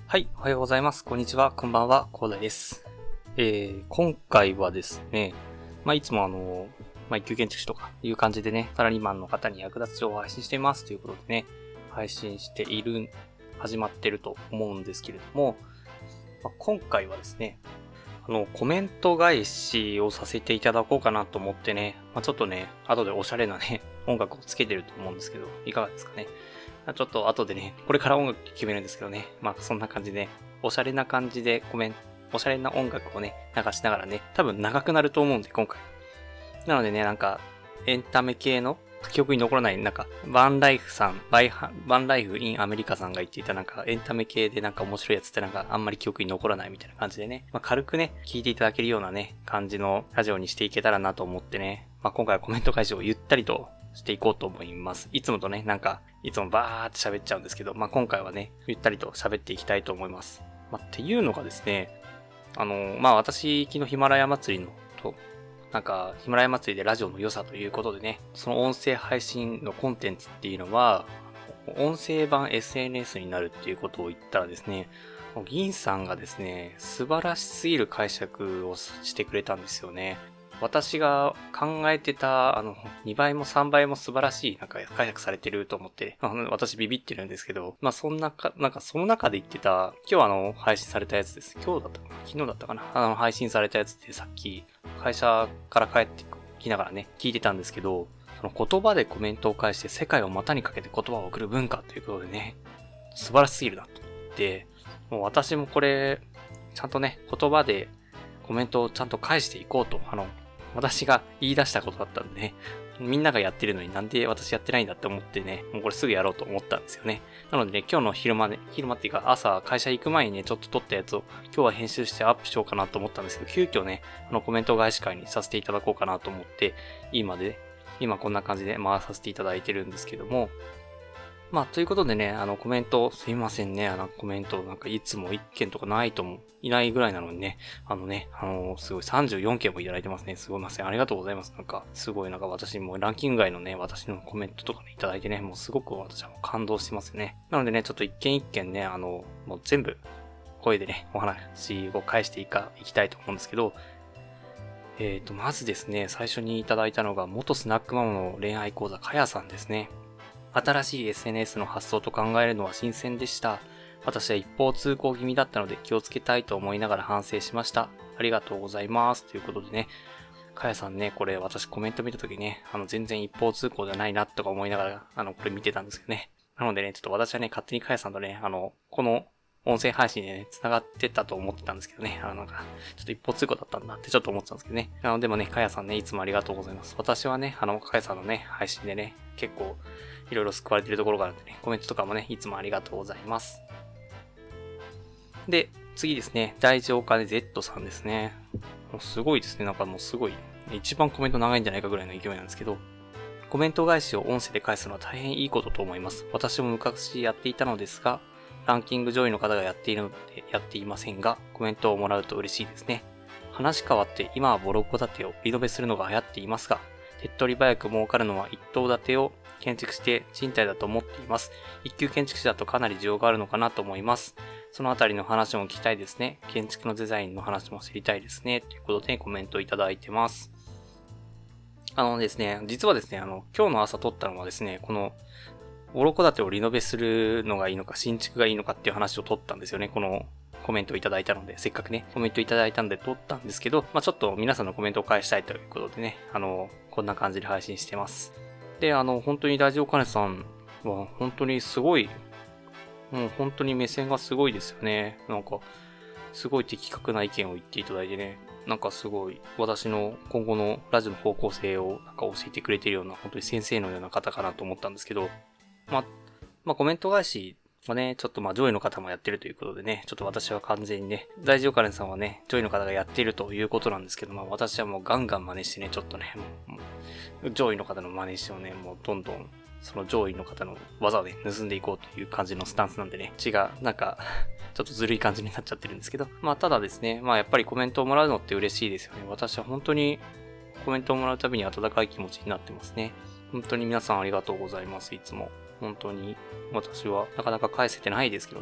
はい、おはようございます。こんにちは、こんばんは、広大です。今回はですね、いつも一級建築士とかいう感じでね、サラリーマンの方に役立つ情報を配信していますということでね、始まってると思うんですけれども、今回はですね、コメント返しをさせていただこうかなと思ってね、ちょっとね、後でおしゃれなね、音楽をつけてると思うんですけど、いかがですかね。ちょっと後でね、これから音楽決めるんですけどね、そんな感じで、おしゃれな感じでおしゃれな音楽をね、流しながらね、多分長くなると思うんで、今回。なのでね、エンタメ系の、記憶に残らない、バンライフインアメリカさんが言っていたエンタメ系で面白いやつってあんまり記憶に残らないみたいな感じでね、軽くね、聞いていただけるようなね、感じのラジオにしていけたらなと思ってね、今回はコメント返しをゆったりとしていこうと思います。いつもとね、いつもバーって喋っちゃうんですけど、今回はね、ゆったりと喋っていきたいと思います。っていうのがですね、私、昨日ヒマラヤ祭りのヒマラヤ祭りでラジオの良さということでね、その音声配信のコンテンツっていうのは、音声版 SNS になるっていうことを言ったらですね、銀さんがですね、素晴らしすぎる解釈をしてくれたんですよね。私が考えてた、2倍も3倍も素晴らしい、解釈されてると思って、私ビビってるんですけど、その中で言ってた、今日配信されたやつです。今日だったかな昨日だったかな配信されたやつでさっき、会社から帰ってきながらね、聞いてたんですけど、その言葉でコメントを返して世界を股にかけて言葉を送る文化ということでね、素晴らしすぎるなと思って、もう私もこれ、ちゃんとね、言葉でコメントをちゃんと返していこうと、私が言い出したことだったんでね、みんながやってるのになんで私やってないんだって思ってね、もうこれすぐやろうと思ったんですよね。なのでね、今日の昼間っていうか朝会社行く前にね、ちょっと撮ったやつを今日は編集してアップしようかなと思ったんですけど、急遽ね、コメント返し会にさせていただこうかなと思って、今こんな感じで回させていただいてるんですけども、ということでね、コメント、すいませんね、コメント、いつも1件とかいないぐらいなのにね、すごい34件もいただいてますね。すごいません。ありがとうございます。すごい私もランキング外のね、私のコメントとかね、いただいてね、もうすごく私は感動してますね。なのでね、ちょっと一件一件ね、もう全部、声でね、お話を返していきたいと思うんですけど、まずですね、最初にいただいたのが、元スナックママの恋愛講座、かやさんですね。新しい SNS の発想と考えるのは新鮮でした。私は一方通行気味だったので気をつけたいと思いながら反省しました。ありがとうございます。ということでね、かやさんね、これ私コメント見たときね、全然一方通行じゃないなとか思いながら、これ見てたんですけどね。なのでね、ちょっと私はね、勝手にかやさんとね、この音声配信でね、繋がってたと思ってたんですけどね。ちょっと一方通行だったんだってちょっと思ってたんですけどね。でもね、かやさんね、いつもありがとうございます。私はね、かやさんのね、配信でね、結構、いろいろ救われているところがあるんでね、コメントとかもね、いつもありがとうございます。で、次ですね、大事お金 Z さんですね。もうすごいですね、もうすごい、一番コメント長いんじゃないかぐらいの勢いなんですけど、コメント返しを音声で返すのは大変いいことと思います。私も昔やっていたのですが、ランキング上位の方がやっているのでやっていませんが、コメントをもらうと嬉しいですね。話変わって今はボロ戸建てをリノベするのが流行っていますが、手っ取り早く儲かるのは一棟建てを建築して賃貸だと思っています。一級建築士だとかなり需要があるのかなと思います。そのあたりの話も聞きたいですね。建築のデザインの話も知りたいですね。ということでコメントいただいてます。ですね、実はですね、今日の朝撮ったのはですね、この、ボロ戸建てをリノベするのがいいのか、新築がいいのかっていう話を撮ったんですよね。このコメントをいただいたので、せっかくね、コメントいただいたので撮ったんですけど、ちょっと皆さんのコメントを返したいということでね、こんな感じで配信してます。で、本当に大事お金さんは本当にすごい、もう本当に目線がすごいですよね。すごい的確な意見を言っていただいてね、すごい私の今後のラジオの方向性を教えてくれているような、本当に先生のような方かなと思ったんですけど、コメント返しはね、ちょっと上位の方もやってるということでね、ちょっと私は完全にね、大事お金さんはね、上位の方がやっているということなんですけど、私はもうガンガン真似してね、ちょっとね、上位の方の真似してもね、もうどんどん、その上位の方の技をね、盗んでいこうという感じのスタンスなんでね、ちょっとずるい感じになっちゃってるんですけど、ただですね、やっぱりコメントをもらうのって嬉しいですよね。私は本当にコメントをもらうたびに温かい気持ちになってますね。本当に皆さんありがとうございます、いつも。本当に私はなかなか返せてないですけどね。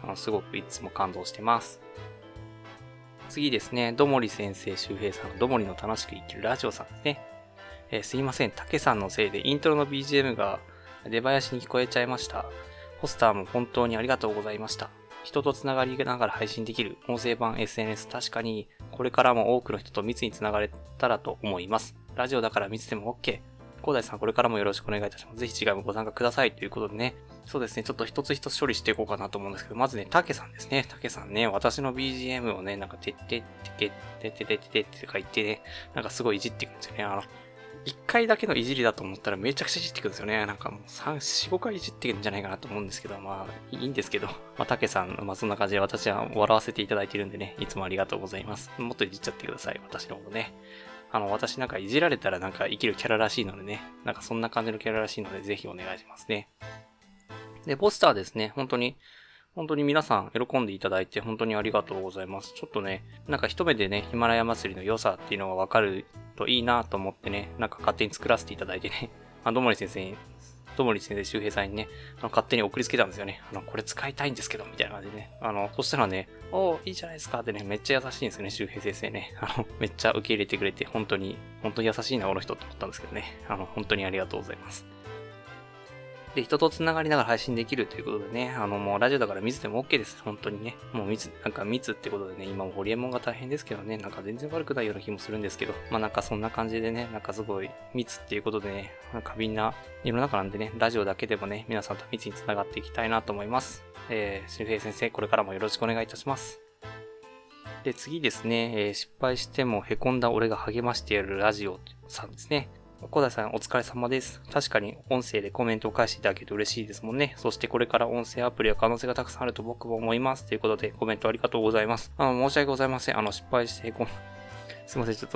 すごくいつも感動してます。次ですね、どもり先生周平さんのどもりの楽しく生きるラジオさんですね。すいません、たけさんのせいでイントロの BGM が出囃子に聞こえちゃいました。ポスターも本当にありがとうございました。人とつながりながら配信できる音声版 SNS、 確かにこれからも多くの人と密につながれたらと思います。ラジオだから密でも OK。広大さんこれからもよろしくお願いいたします。ぜひ次回もご参加くださいということでね。そうですね、ちょっと一つ一つ処理していこうかなと思うんですけど、まずね、たけさんですね。たけさんね、私の BGM をね、なんかてってってけてててててとか言ってね、なんかすごいいじってくるんですよね。一回だけのいじりだと思ったらめちゃくちゃいじってくるんですよね。なんかもう3、4、5回いじってくるんじゃないかなと思うんですけど、まあいいんですけど、まあたけさん、まあそんな感じで私は笑わせていただいているんでね、いつもありがとうございます。もっといじっちゃってください、私の方ね。私なんかいじられたらなんか生きるキャラらしいのでね、なんかそんな感じのキャラらしいのでぜひお願いしますね。で、ポスターですね、本当に皆さん喜んでいただいて本当にありがとうございます。ちょっとね、なんか一目でね、ヒマラヤ祭りの良さっていうのがわかるといいなと思ってね、なんか勝手に作らせていただいてね、どもり先生、周平さんにね、勝手に送りつけたんですよね。これ使いたいんですけど、みたいな感じでね。そしたらね、いいじゃないですかってね、めっちゃ優しいんですよね、周平先生ね。めっちゃ受け入れてくれて、本当に優しいな、この人と思ったんですけどね。本当にありがとうございます。で、人と繋がりながら配信できるということでね、もうラジオだから密でも OK です。本当にね。もう密ってことでね、今もホリエモンが大変ですけどね、なんか全然悪くないような気もするんですけど、まあなんかそんな感じでね、なんかすごい密っていうことでね、過敏な世の中なんでね、ラジオだけでもね、皆さんと密に繋がっていきたいなと思います。周平先生、これからもよろしくお願いいたします。で、次ですね、失敗しても凹んだ俺が励ましてやるラジオさんですね。小田さんお疲れ様です。確かに音声でコメントを返していただけると嬉しいですもんね。そしてこれから音声アプリは可能性がたくさんあると僕も思います。ということでコメントありがとうございます。申し訳ございません。失敗してすいません。ちょ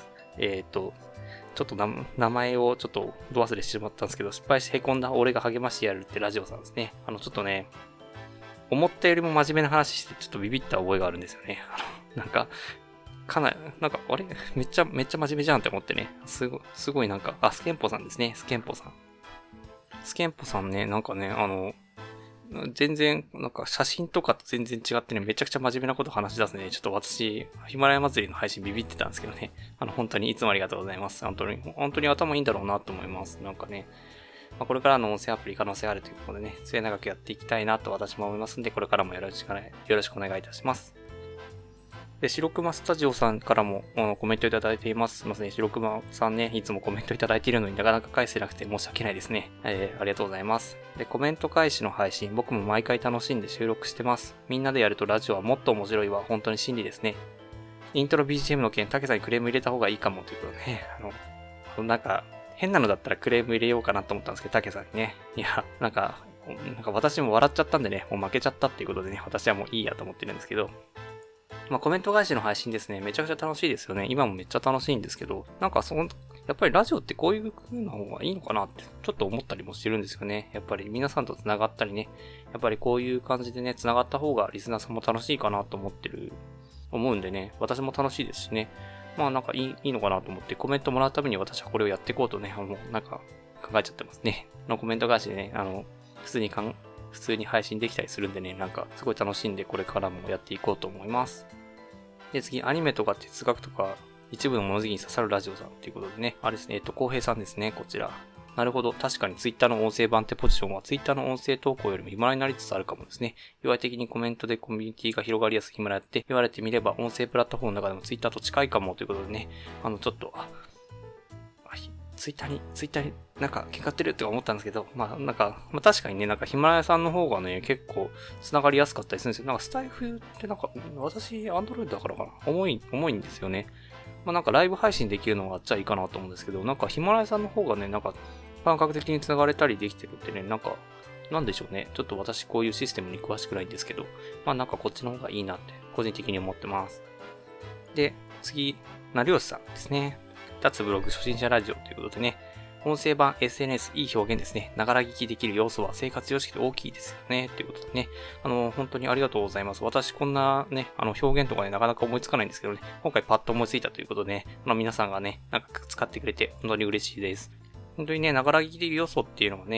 っと名前をちょっとど忘れしてしまったんですけど、失敗して凹んだ俺が励ましてやるってラジオさんですね。ちょっとね、思ったよりも真面目な話してちょっとビビった覚えがあるんですよね。なんか、あれめっちゃ真面目じゃんって思ってね。すごいなんか、スケンポさんですね。スケンポさんね、なんかね、全然、なんか写真とかと全然違ってね、めちゃくちゃ真面目なこと話し出すね。ちょっと私、ヒマラヤ祭りの配信ビビってたんですけどね。本当にいつもありがとうございます。本当に頭いいんだろうなと思います。なんかね、これからの音声アプリ可能性あるということでね、末永くやっていきたいなと私も思いますんで、これからもよろしくお願いいたします。で、白熊スタジオさんからもコメントいただいています。すいません、白熊さんね、いつもコメントいただいているのになかなか返せなくて申し訳ないですね。ありがとうございます。で、コメント返しの配信、僕も毎回楽しんで収録してます。みんなでやるとラジオはもっと面白いわ。本当に真理ですね。イントロ BGM の件、竹さんにクレーム入れた方がいいかもということでね。なんか、変なのだったらクレーム入れようかなと思ったんですけど、竹さんにね。いや、なんか私も笑っちゃったんでね、もう負けちゃったっていうことでね、私はもういいやと思ってるんですけど、コメント返しの配信ですね、めちゃくちゃ楽しいですよね。今もめっちゃ楽しいんですけど、なんかやっぱりラジオってこういう風な方がいいのかなってちょっと思ったりもしてるんですよね。やっぱり皆さんと繋がったりね、やっぱりこういう感じでね、繋がった方がリスナーさんも楽しいかなと思うんでね、私も楽しいですしね。まあなんかいいのかなと思ってコメントもらうために私はこれをやっていこうとね、もうなんか考えちゃってますね。コメント返しでね、普通に配信できたりするんでね、なんかすごい楽しんでこれからもやっていこうと思います。で、次、アニメとか哲学とか、一部の物好きに刺さるラジオさんということでね、あれですね、浩平さんですね、こちら。なるほど、確かにツイッターの音声版ってポジションはツイッターの音声投稿よりもヒマラヤになりつつあるかもですね。UI的にコメントでコミュニティが広がりやすいヒマラヤって言われてみれば、音声プラットフォームの中でもツイッターと近いかもということでね、ちょっと、ツイッターになんか喧嘩ってるって思ったんですけど、確かにね、なんかヒマラヤさんの方がね、結構繋がりやすかったりするんですよ。なんかスタイフってなんか、私、アンドロイドだからかな。重いんですよね。なんかライブ配信できるのがあっちゃいいかなと思うんですけど、なんかヒマラヤさんの方がね、なんか感覚的に繋がれたりできてるってね、なんか、なんでしょうね。ちょっと私こういうシステムに詳しくないんですけど、なんかこっちの方がいいなって個人的に思ってます。で、次、成吉さんですね。脱ブログ初心者ラジオということでね、音声版 SNS いい表現ですね。ながら聞きできる要素は生活様式で大きいですよね。ということでね、本当にありがとうございます。私こんなね、表現とかね、なかなか思いつかないんですけどね、今回パッと思いついたということでね、皆さんがね、なんか使ってくれて本当に嬉しいです。本当にね、ながら聞きできる要素っていうのはね、やっ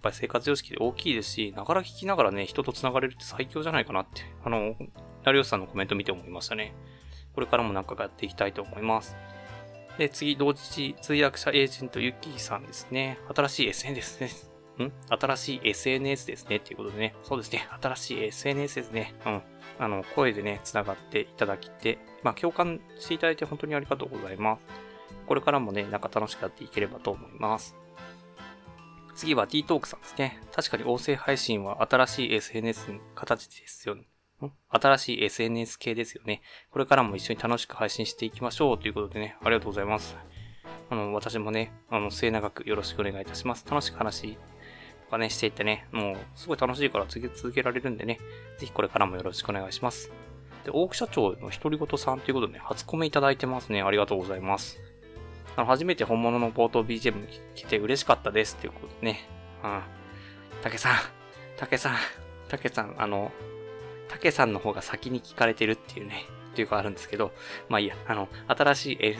ぱり生活様式で大きいですし、ながら聞きながらね、人と繋がれるって最強じゃないかなって、成吉さんのコメント見て思いましたね。これからもなんかやっていきたいと思います。で、次、同時通訳者エージェントゆきさんですね。新しい SNS ですね。新しい SNS ですね。っていうことでね。そうですね。新しい SNS ですね。声でね、繋がっていただきて、共感していただいて本当にありがとうございます。これからもね、なんか楽しくやっていければと思います。次は T トークさんですね。確かに音声配信は新しい SNS の形ですよね。新しい SNS 系ですよね。これからも一緒に楽しく配信していきましょうということでね、ありがとうございます。私もね、末永くよろしくお願いいたします。楽しく話とかね、していってね、もうすごい楽しいから続けられるんでね、ぜひこれからもよろしくお願いします。で、大木社長の独り言さんということでね、初コメいただいてますね。ありがとうございます。初めて本物の冒頭 BGM に来て嬉しかったですっていうことでね。竹さんの方が先に聞かれてるっていうね、っていうかあるんですけど、いいや、新しい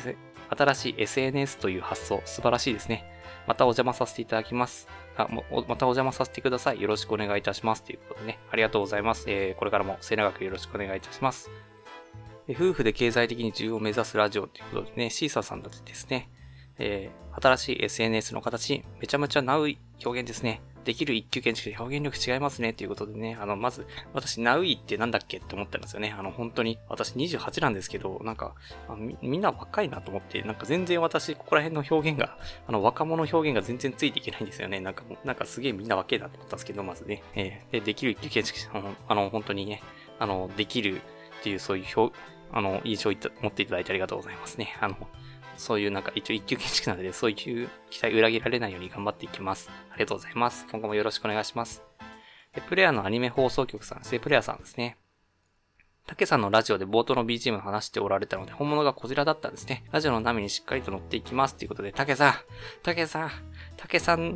SNS という発想、素晴らしいですね。またお邪魔させていただきます。またお邪魔させてください。よろしくお願いいたします。ということでね、ありがとうございます。これからも末永くよろしくお願いいたします。夫婦で経済的に自由を目指すラジオということでね、シーサーさんたちですね、新しい SNS の形、めちゃめちゃナウイ表現ですね。できる一級建築で表現力違いますね。ということでね、まず、私、ナウイってなんだっけって思ったんですよね。本当に、私28なんですけど、なんか、みんな若いなと思って、なんか全然私、ここら辺の表現が、若者表現が全然ついていけないんですよね。なんかすげえみんな若いなと思ったんですけど、まずね、できる一級建築士、本当にね、できるっていう、そういう印象を持っていただいてありがとうございますね。そういうなんか一応一級建築なので、そういう期待裏切られないように頑張っていきます。ありがとうございます。今後もよろしくお願いします。プレイヤーのアニメ放送局さんですね。プレイヤーさんですね。たけさんのラジオで冒頭の BGM 話しておられたので、本物がこちらだったんですね。ラジオの波にしっかりと乗っていきます。ということで、たけさんの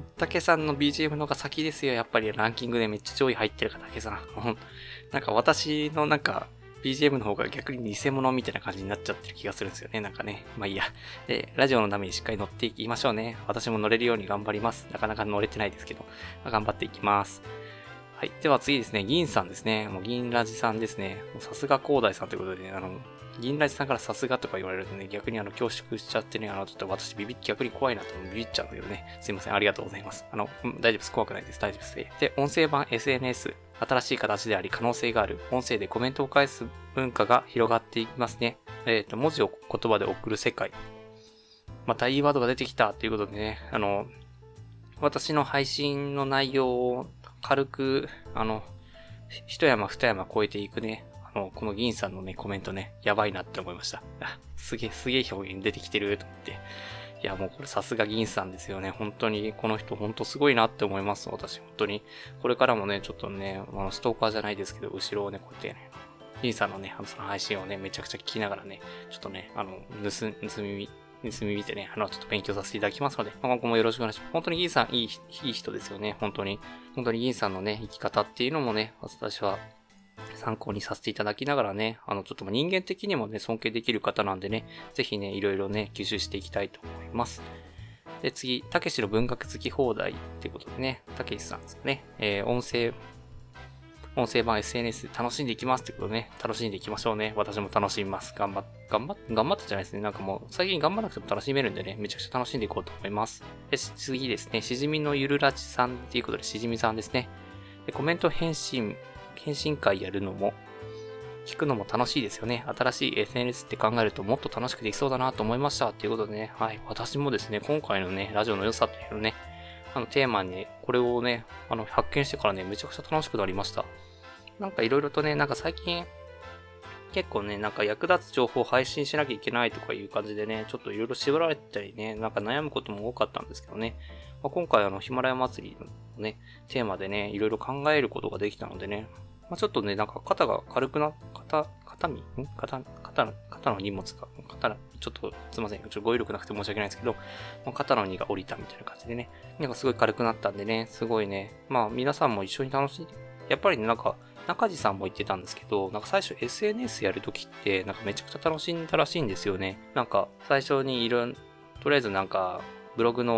BGM の方が先ですよ。やっぱりランキングでめっちゃ上位入ってるから、たけさん。なんか私のBGM の方が逆に偽物みたいな感じになっちゃってる気がするんですよね。なんかね。いいや。で、ラジオの波にしっかり乗っていきましょうね。私も乗れるように頑張ります。なかなか乗れてないですけど、頑張っていきます。はい。では次ですね。銀さんですね。もう銀ラジさんですね。さすが広大さんということで、銀ラジさんからさすがとか言われるとね、逆に恐縮しちゃってね、ちょっと私逆に怖いなとビビっちゃうんだけどね。すいません。ありがとうございます。大丈夫です。怖くないです。大丈夫です。で、音声版 SNS。新しい形であり可能性がある音声でコメントを返す文化が広がっていきますね。文字を言葉で送る世界。またいいワードが出てきたということでね、私の配信の内容を軽く、一山二山超えていくね、この銀さんのね、コメントね、やばいなって思いました。すげえ表現出てきてると思って。いや、もうこれさすが銀さんですよね。本当に、この人本当すごいなって思います。私、本当に。これからもね、ちょっとね、ストーカーじゃないですけど、後ろをね、こうやってね、銀さんのね、その配信をね、めちゃくちゃ聞きながらね、ちょっとね、盗み見てね、ちょっと勉強させていただきますので、今後もよろしくお願いします。本当に銀さん、いい人ですよね。本当に銀さんのね、生き方っていうのもね、私は、参考にさせていただきながらね、ちょっと人間的にもね、尊敬できる方なんでね、ぜひね、いろいろね、吸収していきたいと思います。で、次、たけしの文学好き放題っていうことでね、たけしさんですね、音声版 SNS 楽しんでいきますってことでね、楽しんでいきましょうね。私も楽しみます。頑張ってじゃないですね。なんかもう、最近頑張らなくても楽しめるんでね、めちゃくちゃ楽しんでいこうと思います。で、次ですね、しじみのゆるらちさんっていうことで、しじみさんですね。で、コメント返信会やるのも、聞くのも楽しいですよね。新しい SNS って考えるともっと楽しくできそうだなと思いました。ということでね、はい。私もですね、今回のね、ラジオの良さというのね、テーマにね、これをね、発見してからね、めちゃくちゃ楽しくなりました。なんかいろいろとね、なんか最近、結構ね、なんか役立つ情報を配信しなきゃいけないとかいう感じでね、ちょっといろいろ縛られたりね、なんか悩むことも多かったんですけどね。今回ヒマラヤ祭りのね、テーマでね、いろいろ考えることができたのでね、ちょっとね、なんか肩が軽くな、肩の荷物が、ちょっとすいません、ちょっと語彙力なくて申し訳ないんですけど、肩の荷が降りたみたいな感じでね、なんかすごい軽くなったんでね、すごいね、皆さんも一緒に楽しんで、やっぱりね、なんか、中地さんも言ってたんですけど、なんか最初 SNS やるときって、なんかめちゃくちゃ楽しんだらしいんですよね。なんか最初にとりあえずなんかブログの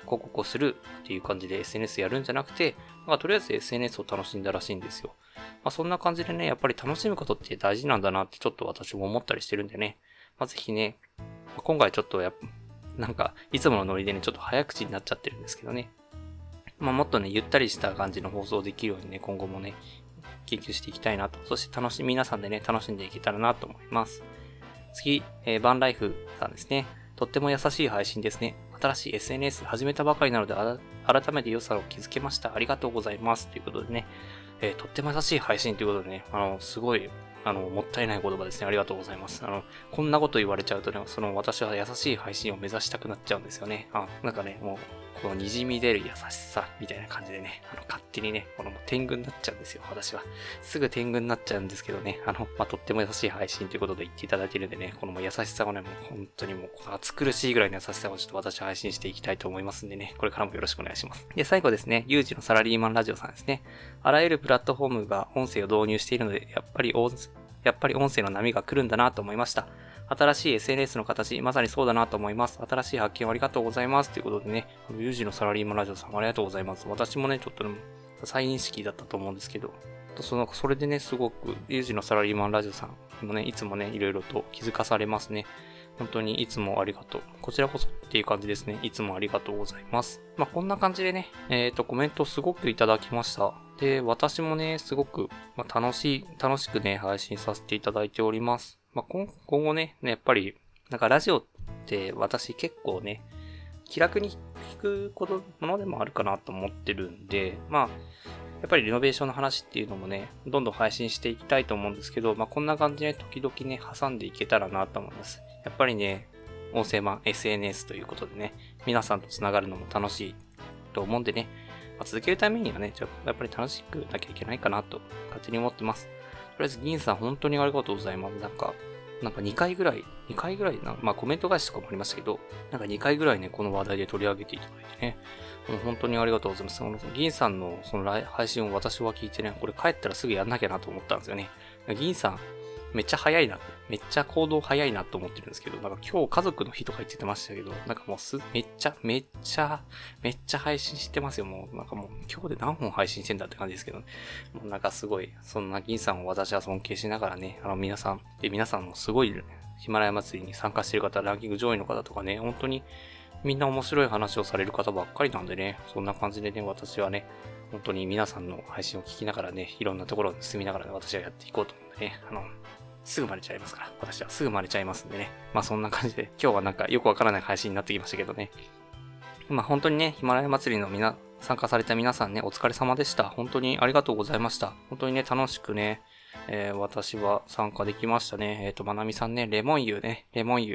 広告をするっていう感じで SNS やるんじゃなくて、とりあえず SNS を楽しんだらしいんですよ。そんな感じでね、やっぱり楽しむことって大事なんだなってちょっと私も思ったりしてるんでね。ぜひね、今回ちょっとなんか、いつものノリでね、ちょっと早口になっちゃってるんですけどね。もっとね、ゆったりした感じの放送できるようにね、今後もね、研究していきたいなと。そして皆さんでね、楽しんでいけたらなと思います。次、バンライフさんですね。とっても優しい配信ですね。新しい SNS 始めたばかりなので、改めて良さを気づけました。ありがとうございます。ということでね、とっても優しい配信ということでね、すごい、もったいない言葉ですね。ありがとうございます。こんなこと言われちゃうとね、私は優しい配信を目指したくなっちゃうんですよね。なんかね、もう、この滲み出る優しさみたいな感じでね、勝手にね、もう天狗になっちゃうんですよ、私は。すぐ天狗になっちゃうんですけどね、とっても優しい配信ということで言っていただいているんでね、この優しさをね、もう本当にもう、暑苦しいぐらいの優しさをちょっと私は配信していきたいと思いますんでね、これからもよろしくお願いします。で、最後ですね、ユージのサラリーマンラジオさんですね。あらゆるプラットフォームが音声を導入しているので、やっぱり音声の波が来るんだなと思いました。新しい SNS の形、まさにそうだなと思います。新しい発見をありがとうございます。ということでね、ユージのサラリーマンラジオさんありがとうございます。私もね、ちょっと再認識だったと思うんですけど、それでね、すごく、ユージのサラリーマンラジオさんもね、いつもね、いろいろと気づかされますね。本当にいつもありがとう。こちらこそっていう感じですね。いつもありがとうございます。こんな感じでね、コメントすごくいただきました。で、私もね、すごく、楽しくね、配信させていただいております。今後ね、やっぱり、なんかラジオって私結構ね、気楽に聞くものでもあるかなと思ってるんで、やっぱりリノベーションの話っていうのもね、どんどん配信していきたいと思うんですけど、こんな感じで時々ね、挟んでいけたらなと思います。やっぱりね、音声版 SNS ということでね、皆さんと繋がるのも楽しいと思うんでね、続けるためにはね、やっぱり楽しくなきゃいけないかなと勝手に思ってます。とりあえず銀さん本当にありがとうございます。なんか2回ぐらいコメント返しとかもありましたけど、なんか2回ぐらいね、この話題で取り上げていただいてね、もう本当にありがとうございます。銀さんのその配信を私は聞いてね、これ帰ったらすぐやんなきゃなと思ったんですよね。銀さん、めっちゃ早いな。めっちゃ行動早いなと思ってるんですけど、なんか今日家族の日とか言ってましたけど、なんかもうめっちゃ配信してますよ。もうなんかもう今日で何本配信してんだって感じですけど、もうなんかすごい、そんな銀さんを私は尊敬しながらね、皆さんもすごい、ヒマラヤ祭りに参加している方、ランキング上位の方とかね、本当にみんな面白い話をされる方ばっかりなんでね、そんな感じでね、私はね、本当に皆さんの配信を聞きながらね、いろんなところに進みながらね、私はやっていこうと思うんでね、すぐ真似ちゃいますから。私はすぐ真似ちゃいますんでね。そんな感じで、今日はなんかよくわからない配信になってきましたけどね。本当にね、ヒマラヤ祭りの参加された皆さんね、お疲れ様でした。本当にありがとうございました。本当にね、楽しくね、私は参加できましたね。まなみさんね、レモン湯で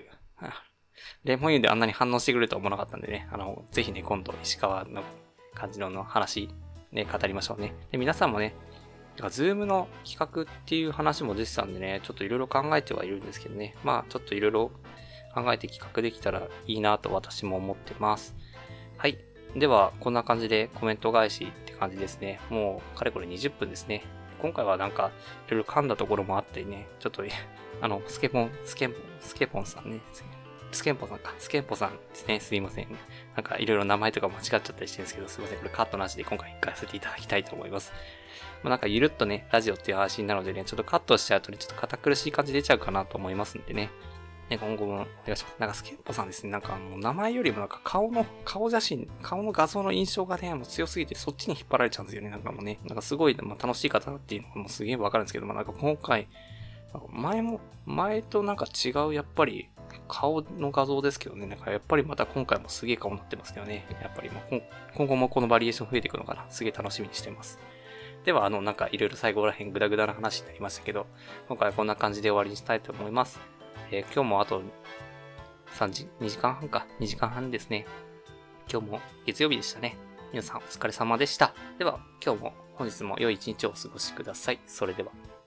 あんなに反応してくれるとは思わなかったんでね、ぜひね、今度石川の感じの話、ね、語りましょうね。で、皆さんもね、ズームの企画っていう話も出てたんでね、ちょっといろいろ考えてはいるんですけどね。ちょっといろいろ考えて企画できたらいいなと私も思ってます。はい。では、こんな感じでコメント返しって感じですね。もう、かれこれ20分ですね。今回はなんか、いろいろ噛んだところもあってね、ちょっと、スケポンさんね。スケンポさんですね。すいません。なんかいろいろ名前とか間違っちゃったりしてるんですけど、すいません。これカットなしで今回行かせていただきたいと思います。なんかゆるっとね、ラジオっていう配信なのでね、ちょっとカットしちゃうとね、ちょっと堅苦しい感じ出ちゃうかなと思いますんでね。今後もお願いします。なんかスケンポさんですね。なんかもう名前よりもなんか顔の画像の印象がね、もう強すぎてそっちに引っ張られちゃうんですよね。なんかもうね、なんかすごい、楽しい方っていうのがもうすげえわかるんですけど、なんか今回、前となんか違う、やっぱり、顔の画像ですけどね。なんかやっぱりまた今回もすげえ顔になってますけどね。やっぱり今後もこのバリエーション増えていくのかな。すげえ楽しみにしてます。では、なんかいろいろ最後らへんグダグダな話になりましたけど、今回はこんな感じで終わりにしたいと思います。今日もあと2時間半ですね。今日も月曜日でしたね。皆さんお疲れ様でした。では、本日も良い一日をお過ごしください。それでは。